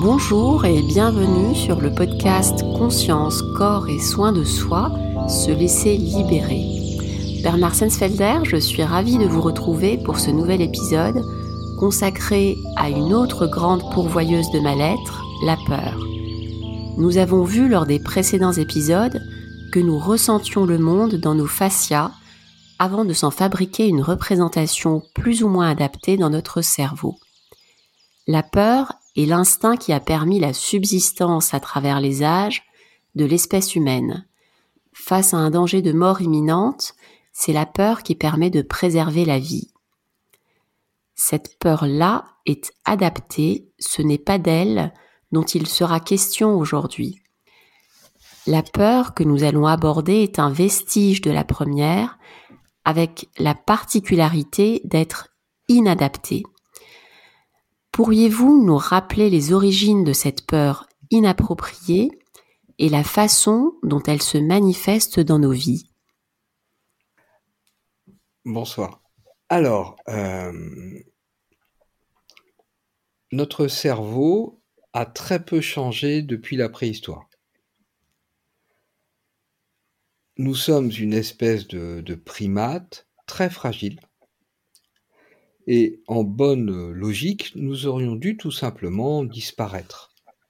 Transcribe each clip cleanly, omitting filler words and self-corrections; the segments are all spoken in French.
Bonjour et bienvenue sur le podcast Conscience, corps et soins de soi, se laisser libérer. Bernard Sensfelder, je suis ravie de vous retrouver pour ce nouvel épisode consacré à une autre grande pourvoyeuse de mal-être, la peur. Nous avons vu lors des précédents épisodes que nous ressentions le monde dans nos fascias avant de s'en fabriquer une représentation plus ou moins adaptée dans notre cerveau. La peur est l'instinct qui a permis la subsistance à travers les âges de l'espèce humaine. Face à un danger de mort imminente, c'est la peur qui permet de préserver la vie. Cette peur-là est adaptée, ce n'est pas d'elle dont il sera question aujourd'hui. La peur que nous allons aborder est un vestige de la première, avec la particularité d'être inadaptée. Pourriez-vous nous rappeler les origines de cette peur inappropriée et la façon dont elle se manifeste dans nos vies ? Bonsoir. Alors, notre cerveau a très peu changé depuis la préhistoire. Nous sommes une espèce de primate très fragile. Et en bonne logique, nous aurions dû tout simplement disparaître.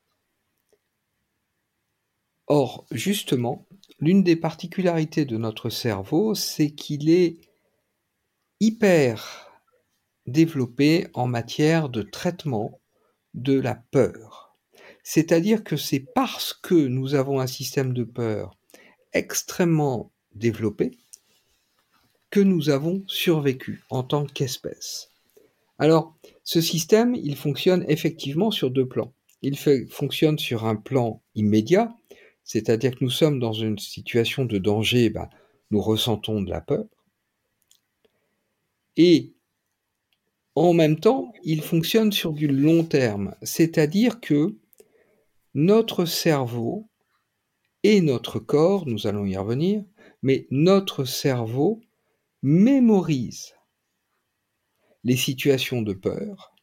Or, justement, l'une des particularités de notre cerveau, c'est qu'il est hyper développé en matière de traitement de la peur. C'est-à-dire que c'est parce que nous avons un système de peur extrêmement développé que nous avons survécu en tant qu'espèce. Alors, ce système, il fonctionne effectivement sur deux plans. Il fonctionne sur un plan immédiat, c'est-à-dire que nous sommes dans une situation de danger, nous ressentons de la peur. Et en même temps, il fonctionne sur du long terme, c'est-à-dire que notre cerveau et notre corps, nous allons y revenir, mais notre cerveau mémorise les situations de peur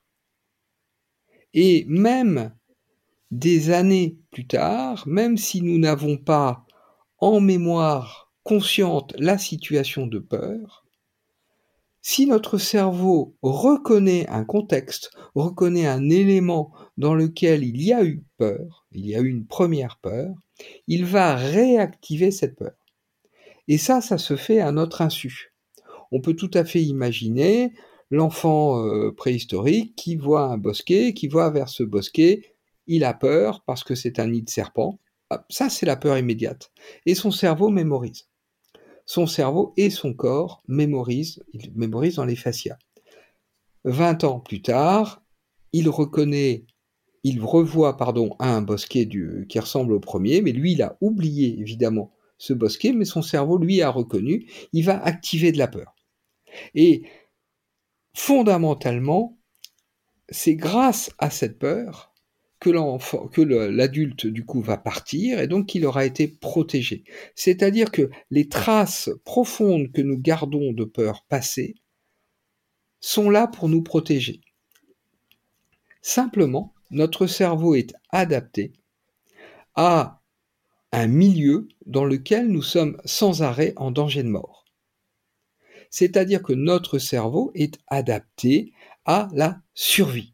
et même des années plus tard, même si nous n'avons pas en mémoire consciente la situation de peur, si notre cerveau reconnaît un contexte, reconnaît un élément dans lequel il y a eu peur, il y a eu une première peur, il va réactiver cette peur. Et ça se fait à notre insu. On peut tout à fait imaginer l'enfant préhistorique qui voit un bosquet, qui va vers ce bosquet, il a peur parce que c'est un nid de serpent. Ça, c'est la peur immédiate. Et son cerveau mémorise. Son cerveau et son corps mémorisent, il mémorise dans les fascias. 20 ans plus tard, il revoit un bosquet qui ressemble au premier, mais lui, il a oublié évidemment ce bosquet, mais son cerveau, lui, a reconnu, il va activer de la peur. Et fondamentalement, c'est grâce à cette peur que l'adulte, du coup, va partir et donc qu'il aura été protégé. C'est-à-dire que les traces profondes que nous gardons de peur passée sont là pour nous protéger. Simplement, notre cerveau est adapté à un milieu dans lequel nous sommes sans arrêt en danger de mort. C'est-à-dire que notre cerveau est adapté à la survie.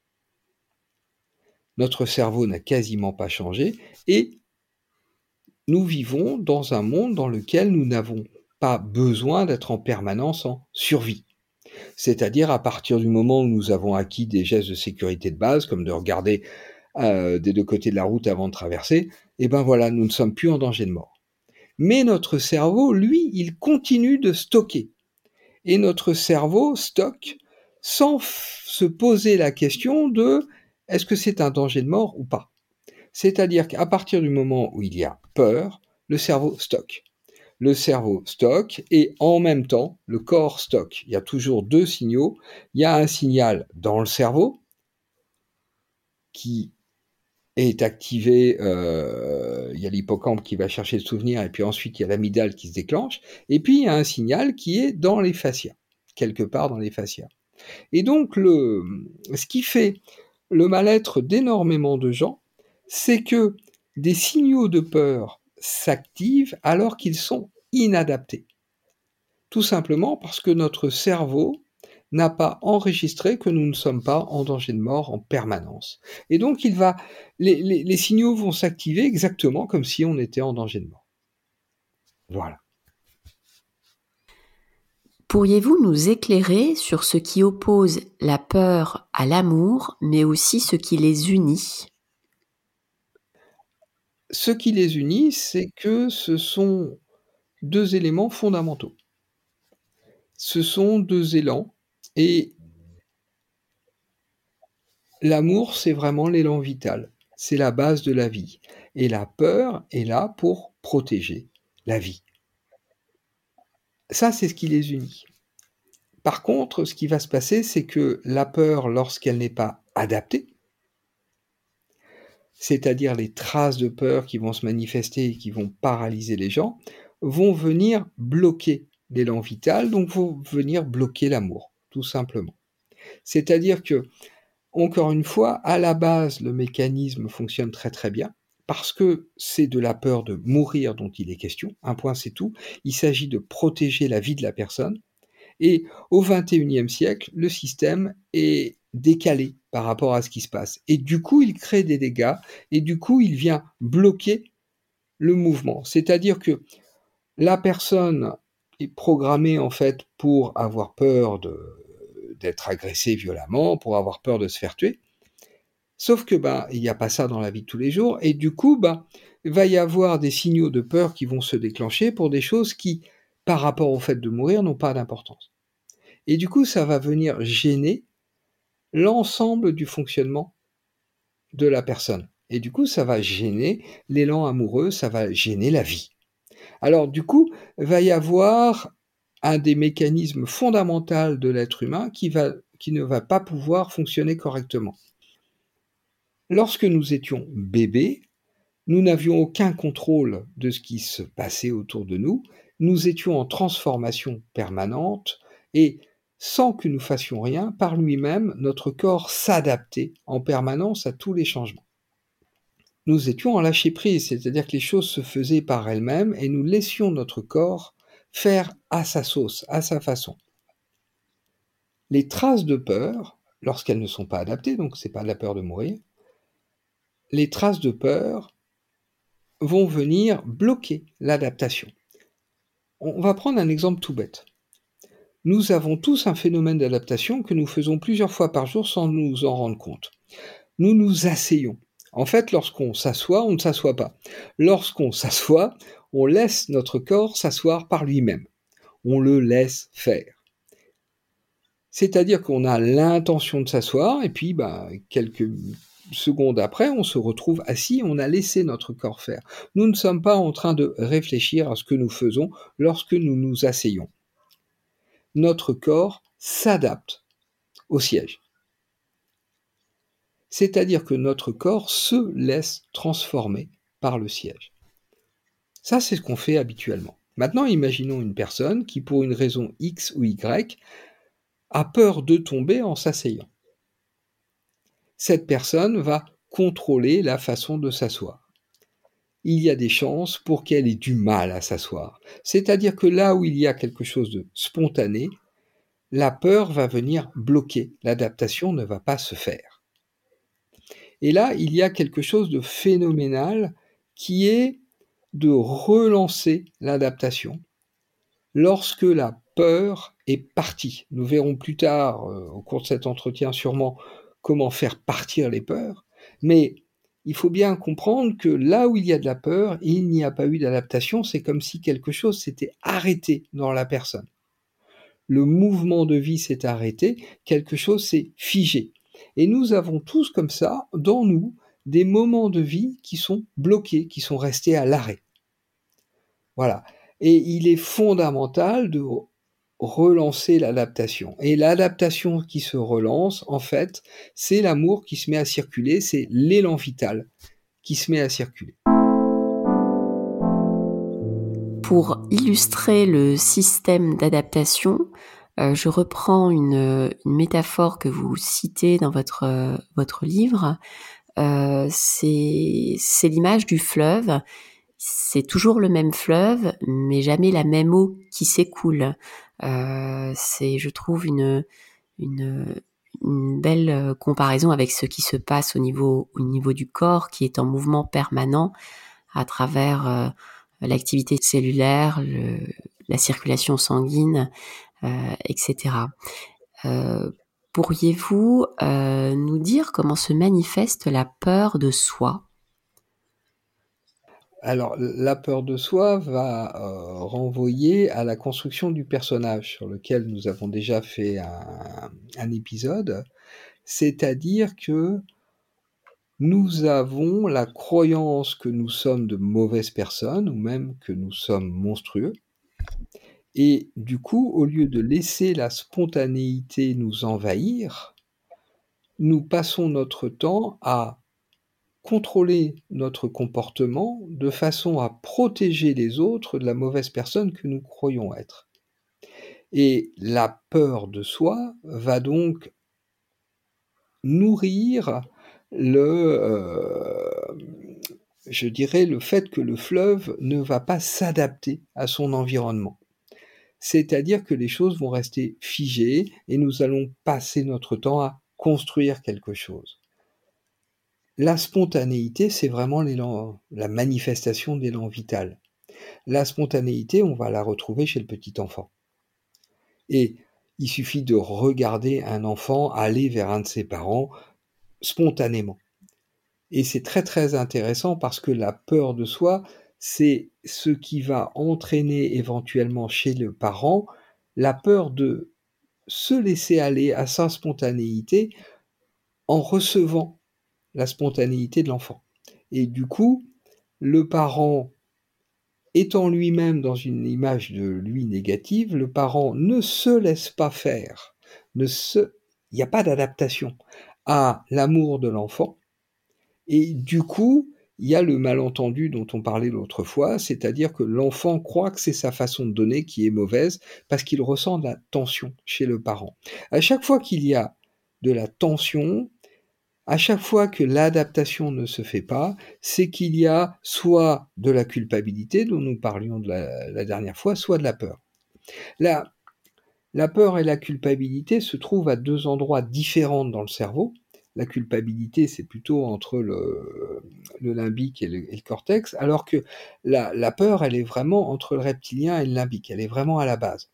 Notre cerveau n'a quasiment pas changé et nous vivons dans un monde dans lequel nous n'avons pas besoin d'être en permanence en survie. C'est-à-dire à partir du moment où nous avons acquis des gestes de sécurité de base, comme de regarder des deux côtés de la route avant de traverser, nous ne sommes plus en danger de mort. Mais notre cerveau, lui, il continue de stocker. Et notre cerveau stocke sans se poser la question de est-ce que c'est un danger de mort ou pas. C'est-à-dire qu'à partir du moment où il y a peur, le cerveau stocke. Le cerveau stocke et en même temps, le corps stocke. Il y a toujours deux signaux. Il y a un signal dans le cerveau qui est activé, il y a l'hippocampe qui va chercher le souvenir et puis ensuite il y a l'amygdale qui se déclenche et puis il y a un signal qui est dans les fascias, quelque part dans les fascias. Et donc ce qui fait le mal-être d'énormément de gens, c'est que des signaux de peur s'activent alors qu'ils sont inadaptés. Tout simplement parce que notre cerveau n'a pas enregistré que nous ne sommes pas en danger de mort en permanence. Et donc les signaux vont s'activer exactement comme si on était en danger de mort. Voilà. Pourriez-vous nous éclairer sur ce qui oppose la peur à l'amour, mais aussi ce qui les unit ? Ce qui les unit, c'est que ce sont deux éléments fondamentaux. Ce sont deux élans, et l'amour, c'est vraiment l'élan vital, c'est la base de la vie. Et la peur est là pour protéger la vie. Ça, c'est ce qui les unit. Par contre, ce qui va se passer, c'est que la peur, lorsqu'elle n'est pas adaptée, c'est-à-dire les traces de peur qui vont se manifester et qui vont paralyser les gens, vont venir bloquer l'élan vital, donc vont venir bloquer l'amour, tout simplement. C'est-à-dire que, encore une fois, à la base, le mécanisme fonctionne très très bien, parce que c'est de la peur de mourir dont il est question, un point c'est tout, il s'agit de protéger la vie de la personne, et au XXIe siècle, le système est décalé par rapport à ce qui se passe. Et du coup, il crée des dégâts, et du coup, il vient bloquer le mouvement. C'est-à-dire que la personne est programmée en fait pour avoir peur d'être agressée violemment, pour avoir peur de se faire tuer. Sauf que il n'y a pas ça dans la vie de tous les jours, et du coup, il va y avoir des signaux de peur qui vont se déclencher pour des choses qui, par rapport au fait de mourir, n'ont pas d'importance. Et du coup, ça va venir gêner l'ensemble du fonctionnement de la personne. Et du coup, ça va gêner l'élan amoureux, ça va gêner la vie. Alors du coup, va y avoir un des mécanismes fondamentaux de l'être humain qui ne va pas pouvoir fonctionner correctement. Lorsque nous étions bébés, nous n'avions aucun contrôle de ce qui se passait autour de nous, nous étions en transformation permanente, et sans que nous fassions rien, par lui-même, notre corps s'adaptait en permanence à tous les changements. Nous étions en lâcher-prise, c'est-à-dire que les choses se faisaient par elles-mêmes et nous laissions notre corps faire à sa sauce, à sa façon. Les traces de peur, lorsqu'elles ne sont pas adaptées, donc c'est pas la peur de mourir, les traces de peur vont venir bloquer l'adaptation. On va prendre un exemple tout bête. Nous avons tous un phénomène d'adaptation que nous faisons plusieurs fois par jour sans nous en rendre compte. Nous nous asseyons. En fait, lorsqu'on s'assoit, on ne s'assoit pas. Lorsqu'on s'assoit, on laisse notre corps s'asseoir par lui-même. On le laisse faire. C'est-à-dire qu'on a l'intention de s'asseoir, et puis quelques secondes après, on se retrouve assis, on a laissé notre corps faire. Nous ne sommes pas en train de réfléchir à ce que nous faisons lorsque nous nous asseyons. Notre corps s'adapte au siège. C'est-à-dire que notre corps se laisse transformer par le siège. Ça, c'est ce qu'on fait habituellement. Maintenant, imaginons une personne qui, pour une raison X ou Y, a peur de tomber en s'asseyant. Cette personne va contrôler la façon de s'asseoir. Il y a des chances pour qu'elle ait du mal à s'asseoir. C'est-à-dire que là où il y a quelque chose de spontané, la peur va venir bloquer, l'adaptation ne va pas se faire. Et là, il y a quelque chose de phénoménal qui est de relancer l'adaptation lorsque la peur est partie. Nous verrons plus tard, au cours de cet entretien sûrement, comment faire partir les peurs, mais il faut bien comprendre que là où il y a de la peur, il n'y a pas eu d'adaptation, c'est comme si quelque chose s'était arrêté dans la personne. Le mouvement de vie s'est arrêté, quelque chose s'est figé. Et nous avons tous comme ça, dans nous, des moments de vie qui sont bloqués, qui sont restés à l'arrêt. Voilà. Et il est fondamental de relancer l'adaptation. Et l'adaptation qui se relance, en fait, c'est l'amour qui se met à circuler, c'est l'élan vital qui se met à circuler. Pour illustrer le système d'adaptation, Je reprends une métaphore que vous citez dans votre livre. C'est l'image du fleuve. C'est toujours le même fleuve, mais jamais la même eau qui s'écoule. C'est, je trouve, une, une belle comparaison avec ce qui se passe au niveau du corps, qui est en mouvement permanent à travers l'activité cellulaire, la circulation sanguine, etc. Euh, Pourriez-vous nous dire comment se manifeste la peur de soi? Alors, la peur de soi va renvoyer à la construction du personnage sur lequel nous avons déjà fait un épisode, c'est-à-dire que nous avons la croyance que nous sommes de mauvaises personnes ou même que nous sommes monstrueux. Et du coup, au lieu de laisser la spontanéité nous envahir, nous passons notre temps à contrôler notre comportement de façon à protéger les autres de la mauvaise personne que nous croyons être. Et la peur de soi va donc nourrir je dirais, le fait que le fleuve ne va pas s'adapter à son environnement. C'est-à-dire que les choses vont rester figées et nous allons passer notre temps à construire quelque chose. La spontanéité, c'est vraiment la manifestation d'élan vital. La spontanéité, on va la retrouver chez le petit enfant. Et il suffit de regarder un enfant aller vers un de ses parents spontanément. Et c'est très très intéressant parce que la peur de soi, c'est ce qui va entraîner éventuellement chez le parent la peur de se laisser aller à sa spontanéité en recevant la spontanéité de l'enfant. Et du coup, le parent étant lui-même dans une image de lui négative, le parent ne se laisse pas faire, il n'y a pas d'adaptation à l'amour de l'enfant. Et du coup, il y a le malentendu dont on parlait l'autre fois, c'est-à-dire que l'enfant croit que c'est sa façon de donner qui est mauvaise parce qu'il ressent de la tension chez le parent. À chaque fois qu'il y a de la tension, à chaque fois que l'adaptation ne se fait pas, c'est qu'il y a soit de la culpabilité dont nous parlions la dernière fois, soit de la peur. La peur et la culpabilité se trouvent à deux endroits différents dans le cerveau. La culpabilité, c'est plutôt entre le limbique et le cortex, alors que la peur, elle est vraiment entre le reptilien et le limbique, elle est vraiment à la base.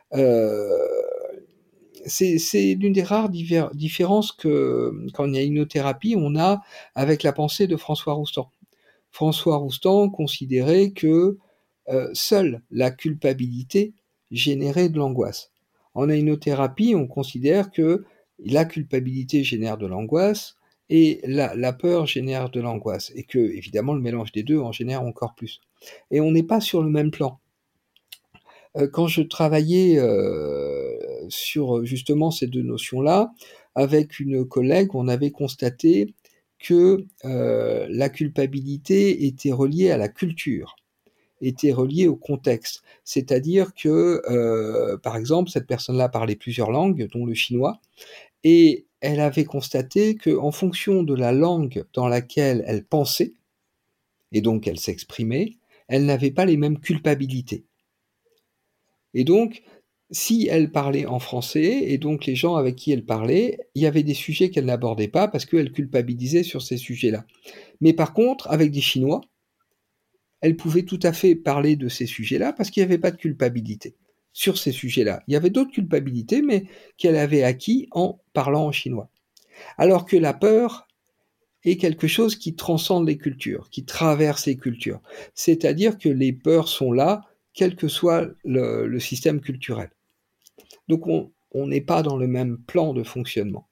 C'est l'une des rares différences qu'en hypnothérapie, on a avec la pensée de François Roustan. François Roustan considérait que seule la culpabilité générait de l'angoisse. En hypnothérapie, on considère que la culpabilité génère de l'angoisse et la peur génère de l'angoisse, et que, évidemment, le mélange des deux en génère encore plus. Et on n'est pas sur le même plan. Quand je travaillais sur justement ces deux notions-là, avec une collègue, on avait constaté que la culpabilité était reliée à la culture, était reliée au contexte. C'est-à-dire que, par exemple, cette personne-là parlait plusieurs langues, dont le chinois, et elle avait constaté qu'en fonction de la langue dans laquelle elle pensait, et donc elle s'exprimait, elle n'avait pas les mêmes culpabilités. Et donc, si elle parlait en français, et donc les gens avec qui elle parlait, il y avait des sujets qu'elle n'abordait pas parce qu'elle culpabilisait sur ces sujets-là. Mais par contre, avec des Chinois, elle pouvait tout à fait parler de ces sujets-là parce qu'il n'y avait pas de culpabilité sur ces sujets-là. Il y avait d'autres culpabilités, mais qu'elle avait acquis en parlant en chinois. Alors que la peur est quelque chose qui transcende les cultures, qui traverse les cultures. C'est-à-dire que les peurs sont là, quel que soit le système culturel. Donc on n'est pas dans le même plan de fonctionnement.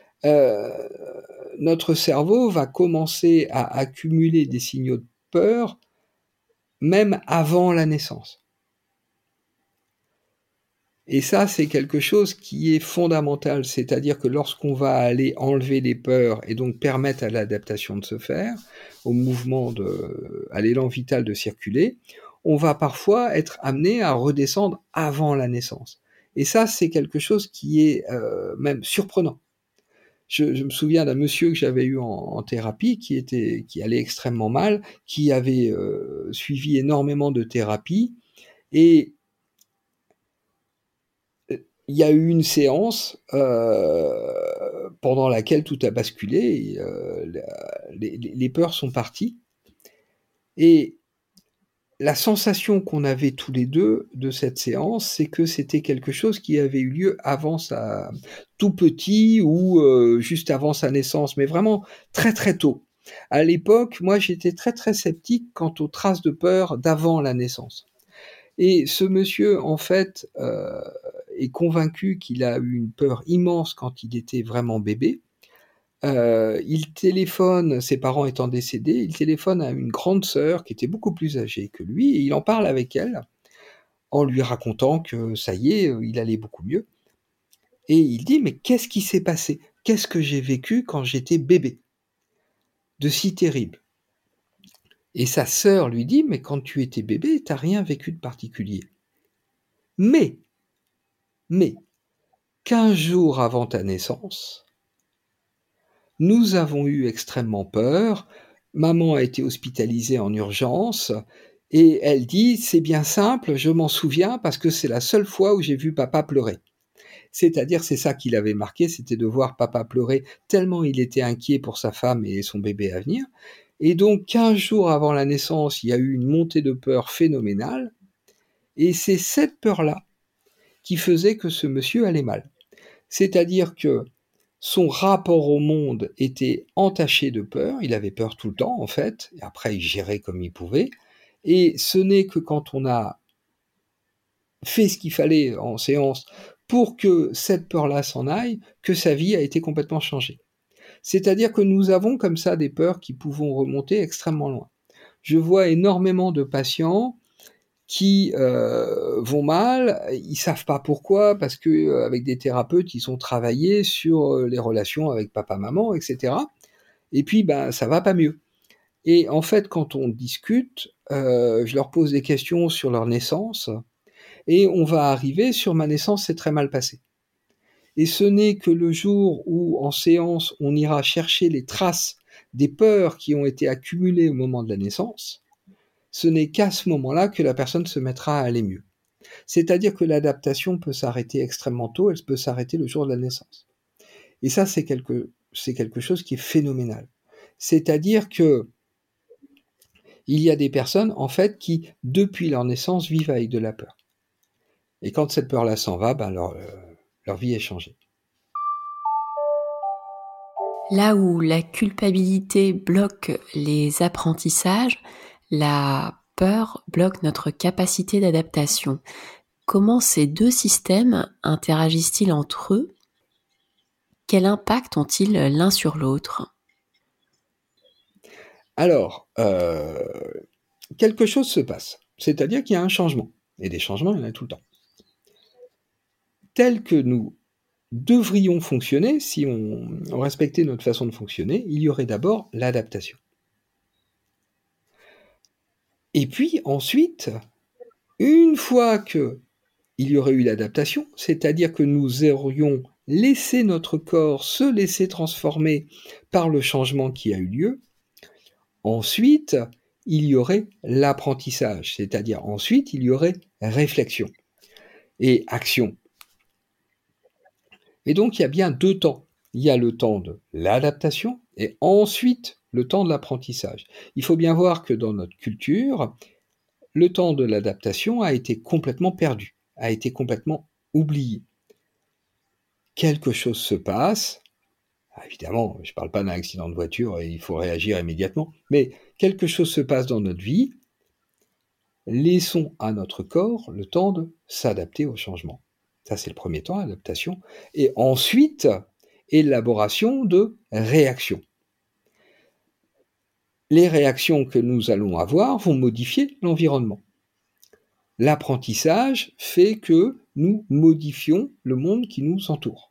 Notre cerveau va commencer à accumuler des signaux de peur même avant la naissance. Et ça, c'est quelque chose qui est fondamental, c'est-à-dire que lorsqu'on va aller enlever les peurs et donc permettre à l'adaptation de se faire, au mouvement à l'élan vital de circuler, on va parfois être amené à redescendre avant la naissance. Et ça, c'est quelque chose qui est même surprenant. Je me souviens d'un monsieur que j'avais eu en thérapie qui allait extrêmement mal, qui avait suivi énormément de thérapie, et il y a eu une séance pendant laquelle tout a basculé, et, les peurs sont parties, et la sensation qu'on avait tous les deux de cette séance, c'est que c'était quelque chose qui avait eu lieu avant tout petit, ou juste avant sa naissance, mais vraiment très très tôt. À l'époque, moi j'étais très très sceptique quant aux traces de peur d'avant la naissance. Et ce monsieur, en fait, est convaincu qu'il a eu une peur immense quand il était vraiment bébé. Il téléphone, ses parents étant décédés, il téléphone à une grande sœur qui était beaucoup plus âgée que lui, et il en parle avec elle, en lui racontant que ça y est, il allait beaucoup mieux. Et il dit: «Mais qu'est-ce qui s'est passé? Qu'est-ce que j'ai vécu quand j'étais bébé, de si terrible?» Et sa sœur lui dit: «Mais quand tu étais bébé, t'as rien vécu de particulier. Mais 15 jours avant ta naissance, nous avons eu extrêmement peur. Maman a été hospitalisée en urgence, et elle dit: c'est bien simple, je m'en souviens parce que c'est la seule fois où j'ai vu papa pleurer. C'est-à-dire, c'est ça qui l'avait marqué, c'était de voir papa pleurer tellement il était inquiet pour sa femme et son bébé à venir. Et donc, 15 jours avant la naissance, il y a eu une montée de peur phénoménale, et c'est cette peur-là qui faisait que ce monsieur allait mal. C'est-à-dire que son rapport au monde était entaché de peur, il avait peur tout le temps en fait, et après il gérait comme il pouvait, et ce n'est que quand on a fait ce qu'il fallait en séance pour que cette peur-là s'en aille, que sa vie a été complètement changée. C'est-à-dire que nous avons comme ça des peurs qui pouvons remonter extrêmement loin. Je vois énormément de patients qui vont mal, ils savent pas pourquoi, parce que avec des thérapeutes, ils ont travaillé sur les relations avec papa-maman, etc. Et puis, ben, ça va pas mieux. Et en fait, quand on discute, je leur pose des questions sur leur naissance, et on va arriver sur ma naissance, c'est très mal passé. Et ce n'est que le jour où, en séance, on ira chercher les traces des peurs qui ont été accumulées au moment de la naissance, ce n'est qu'à ce moment-là que la personne se mettra à aller mieux. C'est-à-dire que l'adaptation peut s'arrêter extrêmement tôt, elle peut s'arrêter le jour de la naissance. Et ça, c'est quelque chose qui est phénoménal. C'est-à-dire que il y a des personnes, en fait, qui, depuis leur naissance, vivent avec de la peur. Et quand cette peur-là s'en va, ben leur vie est changée. Là où la culpabilité bloque les apprentissages, la peur bloque notre capacité d'adaptation. Comment ces deux systèmes interagissent-ils entre eux? Quel impact ont-ils l'un sur l'autre? Alors, quelque chose se passe. C'est-à-dire qu'il y a un changement. Et des changements, il y en a tout le temps. Tel que nous devrions fonctionner, si on respectait notre façon de fonctionner, il y aurait d'abord l'adaptation. Et puis ensuite, une fois qu'il y aurait eu l'adaptation, c'est-à-dire que nous aurions laissé notre corps se laisser transformer par le changement qui a eu lieu, ensuite, il y aurait l'apprentissage, c'est-à-dire ensuite, il y aurait réflexion et action. Et donc, il y a bien deux temps. Il y a le temps de l'adaptation et ensuite le temps de l'apprentissage. Il faut bien voir que dans notre culture, le temps de l'adaptation a été complètement perdu, a été complètement oublié. Quelque chose se passe. Évidemment, je ne parle pas d'un accident de voiture et il faut réagir immédiatement, mais quelque chose se passe dans notre vie. Laissons à notre corps le temps de s'adapter au changement. Ça, c'est le premier temps, adaptation. Et ensuite, élaboration de réactions. Les réactions que nous allons avoir vont modifier l'environnement. L'apprentissage fait que nous modifions le monde qui nous entoure.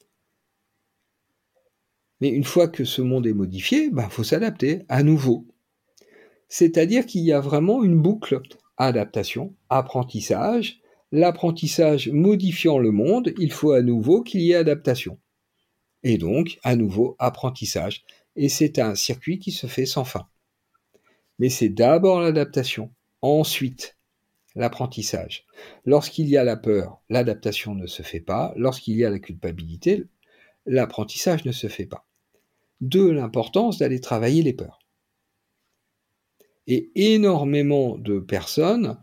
Mais une fois que ce monde est modifié, faut s'adapter à nouveau. C'est-à-dire qu'il y a vraiment une boucle adaptation, apprentissage, L'apprentissage modifiant le monde, il faut à nouveau qu'il y ait adaptation. Et donc, à nouveau, apprentissage. Et c'est un circuit qui se fait sans fin. Mais c'est d'abord l'adaptation, ensuite l'apprentissage. Lorsqu'il y a la peur, l'adaptation ne se fait pas. Lorsqu'il y a la culpabilité, l'apprentissage ne se fait pas. De l'importance d'aller travailler les peurs. Et énormément de personnes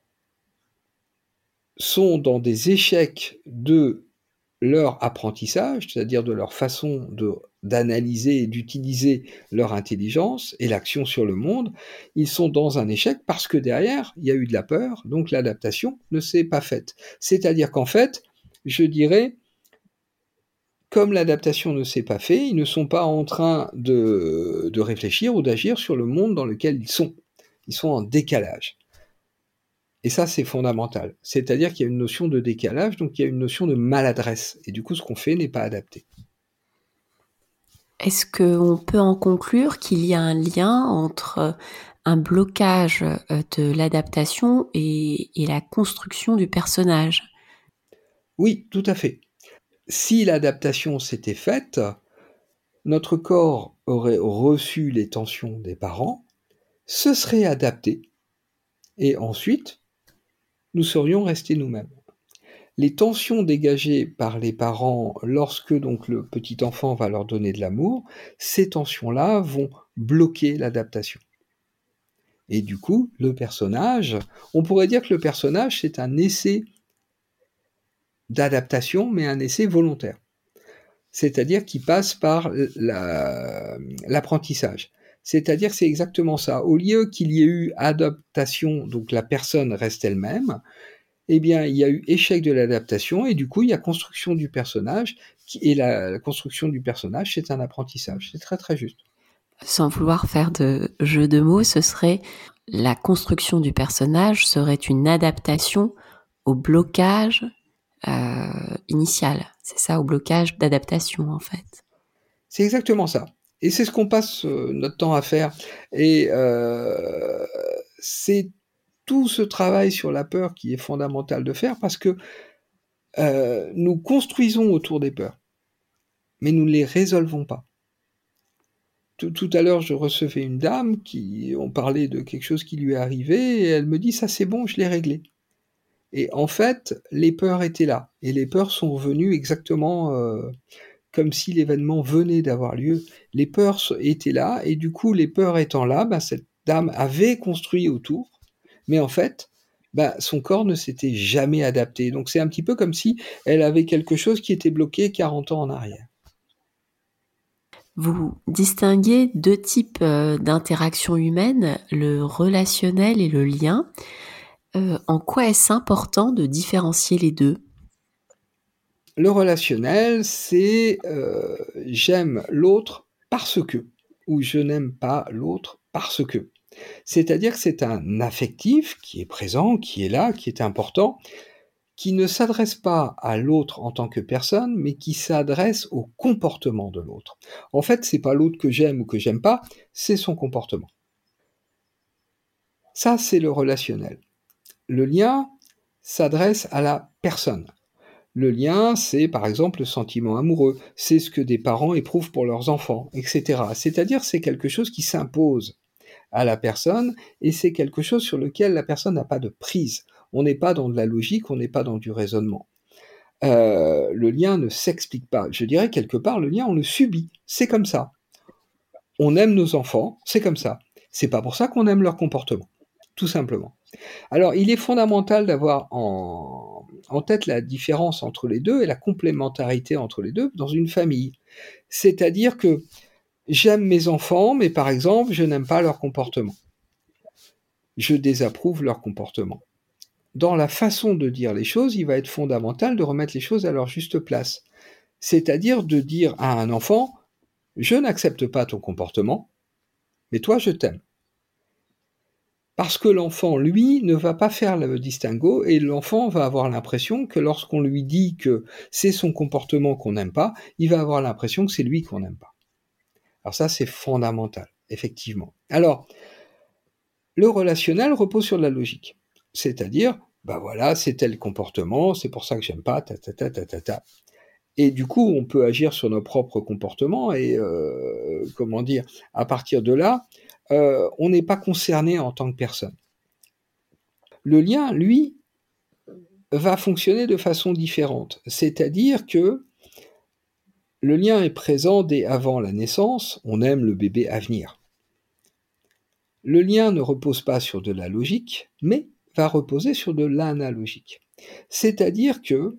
sont dans des échecs de leur apprentissage, c'est-à-dire de leur façon d'analyser et d'utiliser leur intelligence et l'action sur le monde. Ils sont dans un échec parce que derrière, il y a eu de la peur, donc l'adaptation ne s'est pas faite. C'est-à-dire qu'en fait, je dirais, comme l'adaptation ne s'est pas faite, ils ne sont pas en train de réfléchir ou d'agir sur le monde dans lequel ils sont. Ils sont en décalage. Et ça, c'est fondamental. C'est-à-dire qu'il y a une notion de décalage, donc il y a une notion de maladresse. Et du coup, ce qu'on fait n'est pas adapté. Est-ce qu'on peut en conclure qu'il y a un lien entre un blocage de l'adaptation et la construction du personnage ? Oui, tout à fait. Si l'adaptation s'était faite, notre corps aurait reçu les tensions des parents, se serait adapté, et ensuite, nous serions restés nous-mêmes. Les tensions dégagées par les parents lorsque donc le petit enfant va leur donner de l'amour, ces tensions-là vont bloquer l'adaptation. Et du coup, le personnage, on pourrait dire que le personnage, c'est un essai d'adaptation, mais un essai volontaire. C'est-à-dire qui passe par l'apprentissage. C'est-à-dire que c'est exactement ça. Au lieu qu'il y ait eu adaptation, donc la personne reste elle-même, eh bien, il y a eu échec de l'adaptation, et du coup, il y a construction du personnage, et la construction du personnage, c'est un apprentissage. C'est très, très juste. Sans vouloir faire de jeu de mots, ce serait la construction du personnage serait une adaptation au blocage initial. C'est ça, au blocage d'adaptation, en fait. C'est exactement ça. Et c'est ce qu'on passe notre temps à faire. Et c'est tout ce travail sur la peur qui est fondamental de faire, parce que nous construisons autour des peurs, mais nous ne les résolvons pas. Tout à l'heure, je recevais une dame on parlait de quelque chose qui lui est arrivé, et elle me dit « ça c'est bon, je l'ai réglé ». Et en fait, les peurs étaient là, et les peurs sont revenues exactement comme si l'événement venait d'avoir lieu. Les peurs étaient là, et du coup, les peurs étant là, cette dame avait construit autour, mais en fait, son corps ne s'était jamais adapté. Donc c'est un petit peu comme si elle avait quelque chose qui était bloqué 40 ans en arrière. Vous distinguez deux types d'interactions humaines, le relationnel et le lien. En quoi est-ce important de différencier les deux ? Le relationnel, c'est j'aime l'autre parce que, ou je n'aime pas l'autre parce que. C'est-à-dire que c'est un affectif qui est présent, qui est là, qui est important, qui ne s'adresse pas à l'autre en tant que personne, mais qui s'adresse au comportement de l'autre. En fait, c'est pas l'autre que j'aime ou que j'aime pas, c'est son comportement. Ça, c'est le relationnel. Le lien s'adresse à la personne. Le lien, c'est par exemple le sentiment amoureux, c'est ce que des parents éprouvent pour leurs enfants, etc. C'est-à-dire c'est quelque chose qui s'impose à la personne, et c'est quelque chose sur lequel la personne n'a pas de prise. On n'est pas dans de la logique, on n'est pas dans du raisonnement. Le lien ne s'explique pas. Je dirais quelque part, le lien, on le subit. C'est comme ça. On aime nos enfants, c'est comme ça. C'est pas pour ça qu'on aime leur comportement, tout simplement. Alors, il est fondamental d'avoir en tête la différence entre les deux et la complémentarité entre les deux dans une famille. C'est-à-dire que j'aime mes enfants, mais par exemple, je n'aime pas leur comportement. Je désapprouve leur comportement. Dans la façon de dire les choses, il va être fondamental de remettre les choses à leur juste place. C'est-à-dire de dire à un enfant, je n'accepte pas ton comportement, mais toi, je t'aime. Parce que l'enfant, lui, ne va pas faire le distinguo, et l'enfant va avoir l'impression que lorsqu'on lui dit que c'est son comportement qu'on n'aime pas, il va avoir l'impression que c'est lui qu'on n'aime pas. Alors ça, c'est fondamental, effectivement. Alors, le relationnel repose sur la logique. C'est-à-dire, bah voilà, c'est tel comportement, c'est pour ça que j'aime pas, ta ta ta ta ta ta. Et du coup, on peut agir sur nos propres comportements et comment dire, à partir de là, on n'est pas concerné en tant que personne. Le lien, lui, va fonctionner de façon différente. C'est-à-dire que le lien est présent dès avant la naissance, on aime le bébé à venir. Le lien ne repose pas sur de la logique, mais va reposer sur de l'analogique. C'est-à-dire que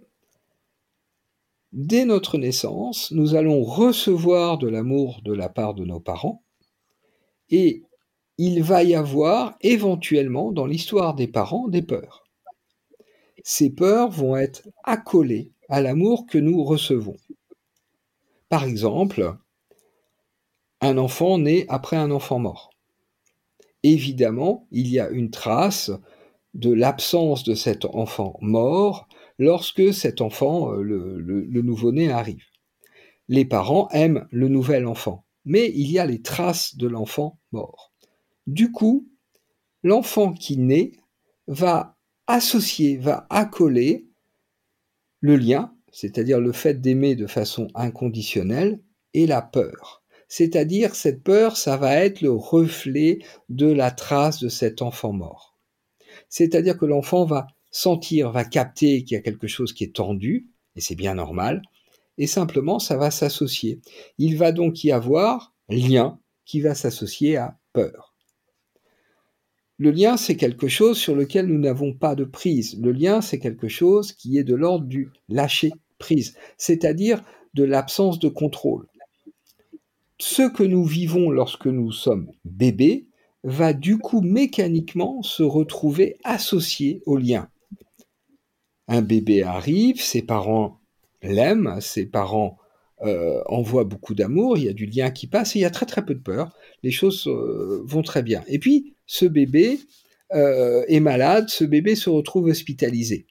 dès notre naissance, nous allons recevoir de l'amour de la part de nos parents et il va y avoir éventuellement dans l'histoire des parents des peurs. Ces peurs vont être accolées à l'amour que nous recevons. Par exemple, un enfant né après un enfant mort. Évidemment, il y a une trace de l'absence de cet enfant mort lorsque cet enfant, le nouveau-né, arrive. Les parents aiment le nouvel enfant, mais il y a les traces de l'enfant mort. Du coup, l'enfant qui naît va associer, va accoler le lien, c'est-à-dire le fait d'aimer de façon inconditionnelle, et la peur. C'est-à-dire cette peur, ça va être le reflet de la trace de cet enfant mort. C'est-à-dire que l'enfant va sentir, va capter qu'il y a quelque chose qui est tendu, et c'est bien normal, et simplement ça va s'associer. Il va donc y avoir lien qui va s'associer à peur. Le lien, c'est quelque chose sur lequel nous n'avons pas de prise. Le lien, c'est quelque chose qui est de l'ordre du lâcher prise, c'est-à-dire de l'absence de contrôle. Ce que nous vivons lorsque nous sommes bébés va du coup mécaniquement se retrouver associé au lien. Un bébé arrive, ses parents l'aiment, ses parents envoient beaucoup d'amour, il y a du lien qui passe et il y a très très peu de peur, les choses vont très bien. Et puis ce bébé est malade, ce bébé se retrouve hospitalisé.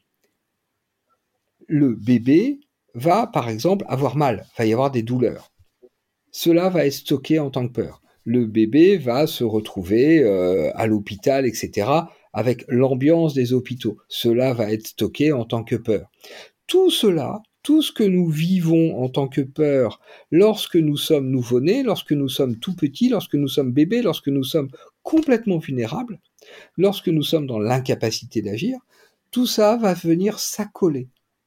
Le bébé va par exemple avoir mal, va y avoir des douleurs. Cela va être stocké en tant que peur. Le bébé va se retrouver à l'hôpital, etc., avec l'ambiance des hôpitaux. Cela va être stocké en tant que peur. Tout cela, tout ce que nous vivons en tant que peur lorsque nous sommes nouveau-nés, lorsque nous sommes tout petits, lorsque nous sommes bébés, lorsque nous sommes complètement vulnérables, lorsque nous sommes dans l'incapacité d'agir, tout ça va venir s'accoler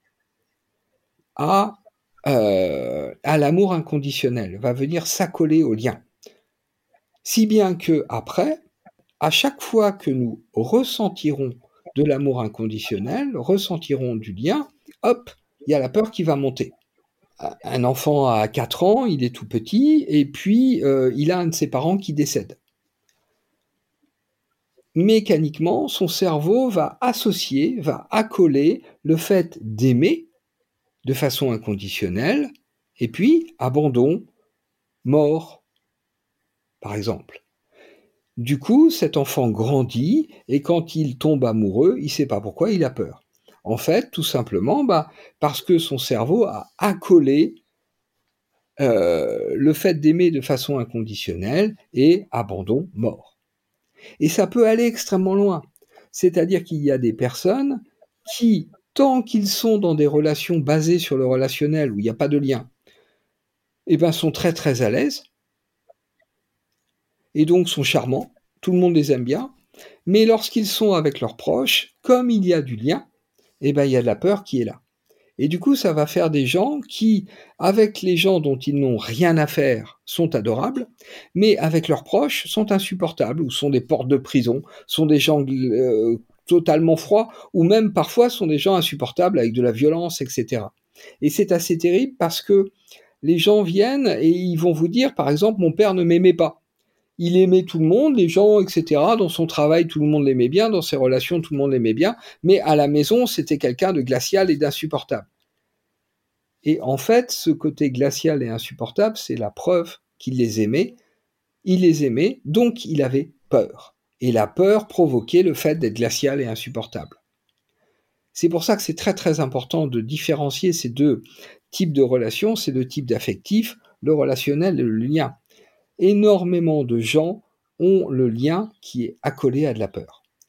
à l'amour inconditionnel, va venir s'accoler au lien. Si bien que après, à chaque fois que nous ressentirons de l'amour inconditionnel, ressentirons du lien, hop, il y a la peur qui va monter. Un enfant à 4 ans, il est tout petit, et puis il a un de ses parents qui décède. Mécaniquement, son cerveau va associer, va accoler le fait d'aimer de façon inconditionnelle, et puis abandon, mort, par exemple. Du coup, cet enfant grandit, et quand il tombe amoureux, il ne sait pas pourquoi, il a peur. En fait, tout simplement, parce que son cerveau a accolé le fait d'aimer de façon inconditionnelle et abandon, mort. Et ça peut aller extrêmement loin. C'est-à-dire qu'il y a des personnes qui, tant qu'ils sont dans des relations basées sur le relationnel, où il n'y a pas de lien, sont très très à l'aise, et donc sont charmants, tout le monde les aime bien, mais lorsqu'ils sont avec leurs proches, comme il y a du lien, il y a de la peur qui est là. Et du coup, ça va faire des gens qui, avec les gens dont ils n'ont rien à faire, sont adorables, mais avec leurs proches, sont insupportables, ou sont des portes de prison, sont des gens totalement froids, ou même parfois sont des gens insupportables avec de la violence, etc. Et c'est assez terrible parce que les gens viennent et ils vont vous dire, par exemple, mon père ne m'aimait pas. Il aimait tout le monde, les gens, etc. Dans son travail, tout le monde l'aimait bien. Dans ses relations, tout le monde l'aimait bien. Mais à la maison, c'était quelqu'un de glacial et d'insupportable. Et en fait, ce côté glacial et insupportable, c'est la preuve qu'il les aimait. Il les aimait, donc il avait peur. Et la peur provoquait le fait d'être glacial et insupportable. C'est pour ça que c'est très très important de différencier ces deux types de relations, ces deux types d'affectifs, le relationnel et le lien. Énormément de gens ont le lien qui est accolé à de la peur.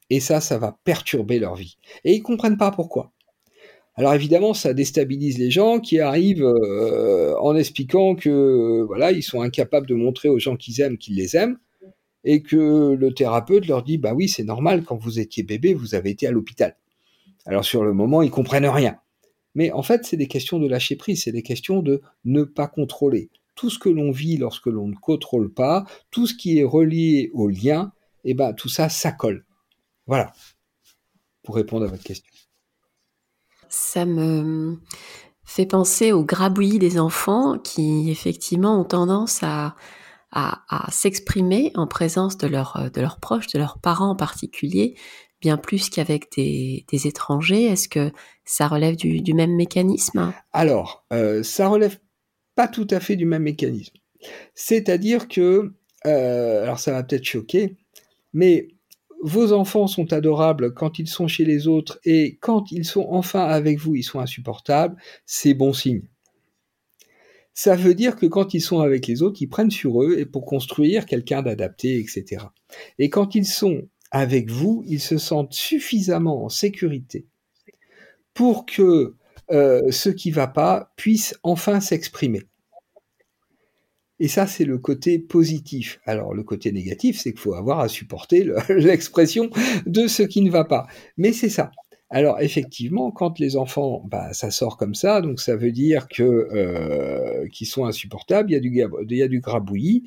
Et ça va perturber leur vie. Et ils comprennent pas pourquoi. Alors évidemment, ça déstabilise les gens qui arrivent en expliquant que voilà, ils sont incapables de montrer aux gens qu'ils les aiment, et que le thérapeute leur dit bah oui, c'est normal, quand vous étiez bébé, vous avez été à l'hôpital. Alors sur le moment, ils comprennent rien. Mais en fait, c'est des questions de lâcher prise, c'est des questions de ne pas contrôler. Tout ce que l'on vit lorsque l'on ne contrôle pas, tout ce qui est relié au lien, et ben tout ça, ça colle. Voilà, pour répondre à votre question. Ça me fait penser au grabouillis des enfants qui, effectivement, ont tendance à s'exprimer en présence de leurs proches, de leurs parents en particulier, bien plus qu'avec des étrangers. Est-ce que ça relève du même mécanisme ? Alors, ça relève pas tout à fait du même mécanisme. C'est-à-dire que, alors ça va peut-être choquer, mais vos enfants sont adorables quand ils sont chez les autres, et quand ils sont enfin avec vous, ils sont insupportables, c'est bon signe. Ça veut dire que quand ils sont avec les autres, ils prennent sur eux et pour construire quelqu'un d'adapté, etc. Et quand ils sont avec vous, ils se sentent suffisamment en sécurité pour que ce qui ne va pas puisse enfin s'exprimer. Et ça, c'est le côté positif. Alors, le côté négatif, c'est qu'il faut avoir à supporter l'expression de ce qui ne va pas. Mais c'est ça. Alors, effectivement, quand les enfants, ça sort comme ça, donc ça veut dire qu'ils sont insupportables, il y a du grabouillis,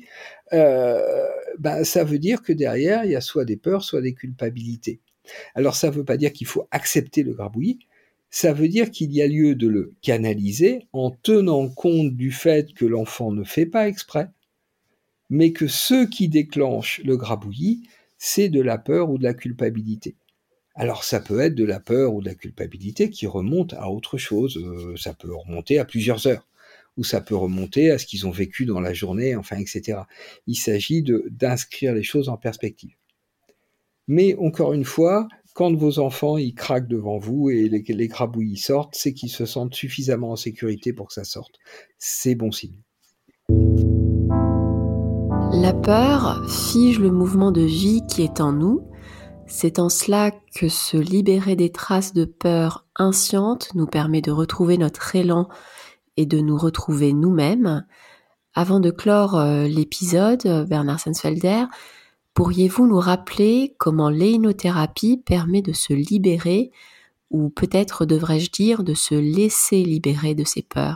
ça veut dire que derrière, il y a soit des peurs, soit des culpabilités. Alors, ça ne veut pas dire qu'il faut accepter le grabouillis, ça veut dire qu'il y a lieu de le canaliser en tenant compte du fait que l'enfant ne fait pas exprès, mais que ce qui déclenche le grabouillis, c'est de la peur ou de la culpabilité. Alors ça peut être de la peur ou de la culpabilité qui remonte à autre chose, ça peut remonter à plusieurs heures, ou ça peut remonter à ce qu'ils ont vécu dans la journée, enfin, etc. Il s'agit d'inscrire les choses en perspective. Mais encore une fois, quand vos enfants ils craquent devant vous et les grabouillis sortent, c'est qu'ils se sentent suffisamment en sécurité pour que ça sorte. C'est bon signe. La peur fige le mouvement de vie qui est en nous. C'est en cela que se libérer des traces de peur insciente nous permet de retrouver notre élan et de nous retrouver nous-mêmes. Avant de clore l'épisode, Bernard Sensfelder, pourriez-vous nous rappeler comment l'éhinothérapie permet de se libérer, ou peut-être devrais-je dire de se laisser libérer de ses peurs ?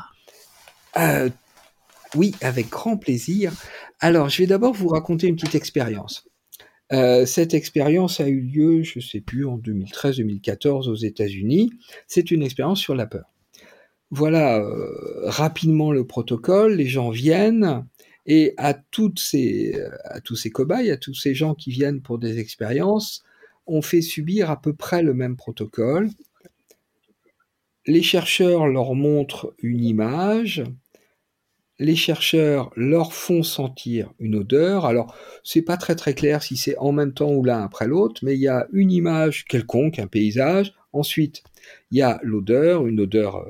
Oui, avec grand plaisir. Alors, je vais d'abord vous raconter une petite expérience. Cette expérience a eu lieu, je ne sais plus, en 2013-2014 aux États-Unis. C'est une expérience sur la peur. Voilà rapidement le protocole, les gens viennent, et à tous ces cobayes, à tous ces gens qui viennent pour des expériences, on fait subir à peu près le même protocole. Les chercheurs leur montrent une image, les chercheurs leur font sentir une odeur. Alors, c'est pas très très clair si c'est en même temps ou l'un après l'autre, mais il y a une image quelconque, un paysage. Ensuite, il y a l'odeur, une odeur,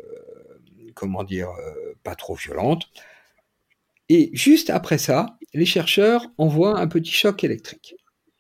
pas trop violente. Et juste après ça, les chercheurs envoient un petit choc électrique.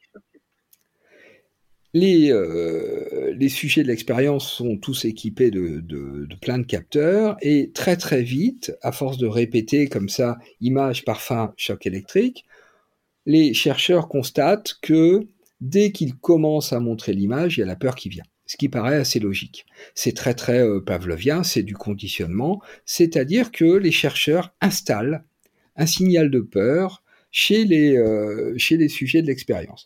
Les sujets de l'expérience sont tous équipés de plein de capteurs, et très très vite, à force de répéter comme ça, image, parfum, choc électrique, les chercheurs constatent que dès qu'ils commencent à montrer l'image, il y a la peur qui vient. Ce qui paraît assez logique. C'est très très pavlovien, c'est du conditionnement, c'est-à-dire que les chercheurs installent un signal de peur chez les sujets de l'expérience.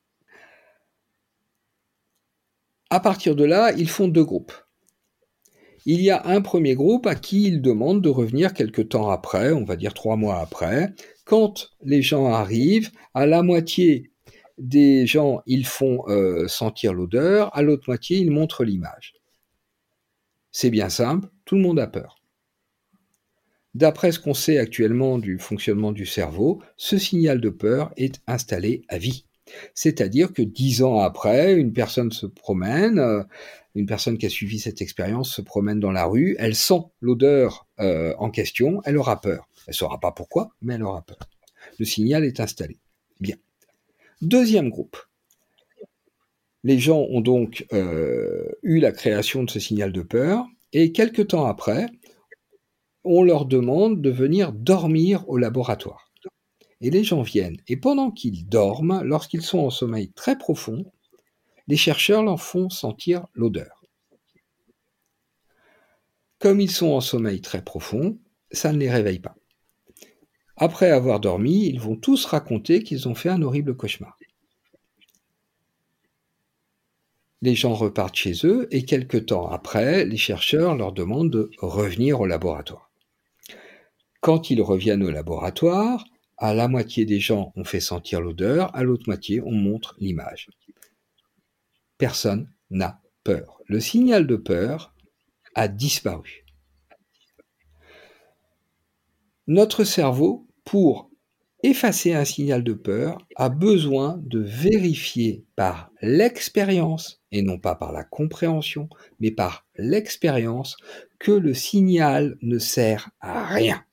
À partir de là, ils font deux groupes. Il y a un premier groupe à qui ils demandent de revenir quelque temps après, on va dire 3 mois après. Quand les gens arrivent, à la moitié des gens, ils font sentir l'odeur, à l'autre moitié, ils montrent l'image. C'est bien simple, tout le monde a peur. D'après ce qu'on sait actuellement du fonctionnement du cerveau, ce signal de peur est installé à vie. C'est-à-dire que 10 ans après, une personne se promène, une personne qui a suivi cette expérience se promène dans la rue, elle sent l'odeur en question, elle aura peur. Elle ne saura pas pourquoi, mais elle aura peur. Le signal est installé. Bien. Deuxième groupe. Les gens ont donc eu la création de ce signal de peur, et quelque temps après, on leur demande de venir dormir au laboratoire. Et les gens viennent, et pendant qu'ils dorment, lorsqu'ils sont en sommeil très profond, les chercheurs leur font sentir l'odeur. Comme ils sont en sommeil très profond, ça ne les réveille pas. Après avoir dormi, ils vont tous raconter qu'ils ont fait un horrible cauchemar. Les gens repartent chez eux et quelque temps après, les chercheurs leur demandent de revenir au laboratoire. Quand ils reviennent au laboratoire, à la moitié des gens on fait sentir l'odeur, à l'autre moitié on montre l'image. Personne n'a peur. Le signal de peur a disparu. Notre cerveau, pour effacer un signal de peur, a besoin de vérifier par l'expérience, et non pas par la compréhension, mais par l'expérience, que le signal ne sert à rien.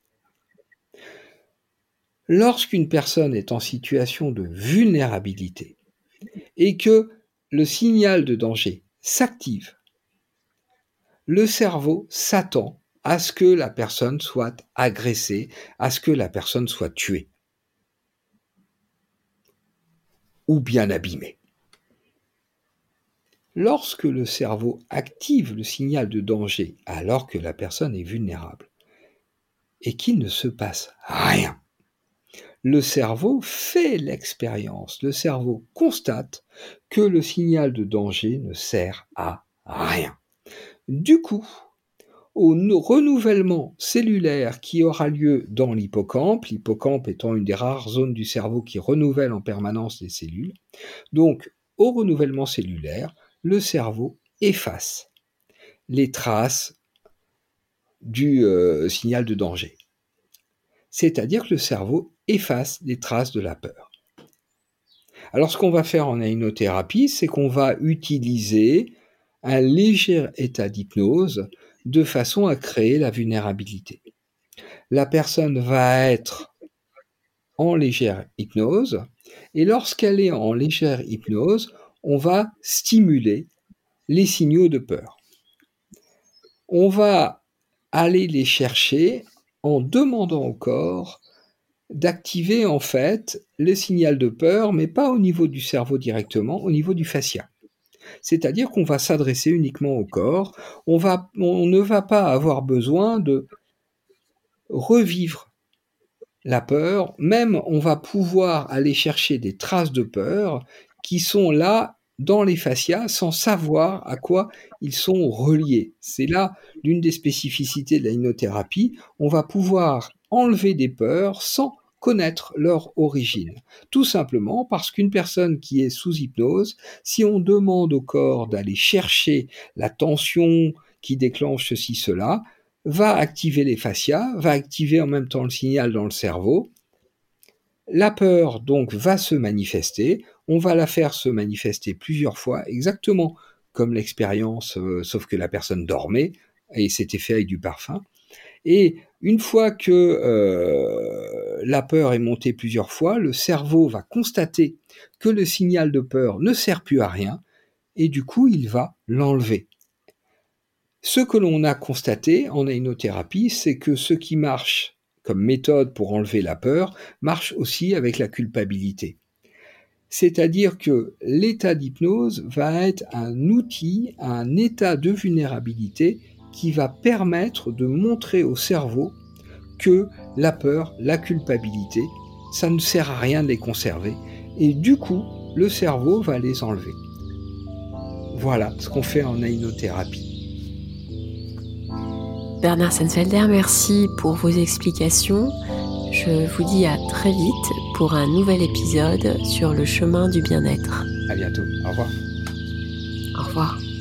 Lorsqu'une personne est en situation de vulnérabilité et que le signal de danger s'active, le cerveau s'attend à ce que la personne soit agressée, à ce que la personne soit tuée ou bien abîmée. Lorsque le cerveau active le signal de danger alors que la personne est vulnérable et qu'il ne se passe rien, le cerveau fait l'expérience, le cerveau constate que le signal de danger ne sert à rien. Du coup, au renouvellement cellulaire qui aura lieu dans l'hippocampe étant une des rares zones du cerveau qui renouvelle en permanence les cellules, donc au renouvellement cellulaire, le cerveau efface les traces du signal de danger. C'est-à-dire que le cerveau efface les traces de la peur. Alors ce qu'on va faire en hypnothérapie, c'est qu'on va utiliser un léger état d'hypnose de façon à créer la vulnérabilité. La personne va être en légère hypnose, et lorsqu'elle est en légère hypnose, on va stimuler les signaux de peur. On va aller les chercher en demandant au corps d'activer en fait le signal de peur, mais pas au niveau du cerveau directement, au niveau du fascia. C'est-à-dire qu'on va s'adresser uniquement au corps, on ne va pas avoir besoin de revivre la peur, même on va pouvoir aller chercher des traces de peur qui sont là dans les fascias sans savoir à quoi ils sont reliés. C'est là l'une des spécificités de la hypnothérapie, on va pouvoir enlever des peurs sans connaître leur origine. Tout simplement parce qu'une personne qui est sous hypnose, si on demande au corps d'aller chercher la tension qui déclenche ceci, cela, va activer les fascias, va activer en même temps le signal dans le cerveau. La peur, donc, va se manifester. On va la faire se manifester plusieurs fois, exactement comme l'expérience, sauf que la personne dormait, et c'était fait avec du parfum. Et une fois que la peur est montée plusieurs fois, le cerveau va constater que le signal de peur ne sert plus à rien, et du coup, il va l'enlever. Ce que l'on a constaté en hypnothérapie, c'est que ce qui marche comme méthode pour enlever la peur marche aussi avec la culpabilité. C'est-à-dire que l'état d'hypnose va être un outil, un état de vulnérabilité qui va permettre de montrer au cerveau que la peur, la culpabilité, ça ne sert à rien de les conserver. Et du coup, le cerveau va les enlever. Voilà ce qu'on fait en hypnothérapie. Bernard Sensfelder, merci pour vos explications. Je vous dis à très vite pour un nouvel épisode sur le chemin du bien-être. À bientôt. Au revoir. Au revoir.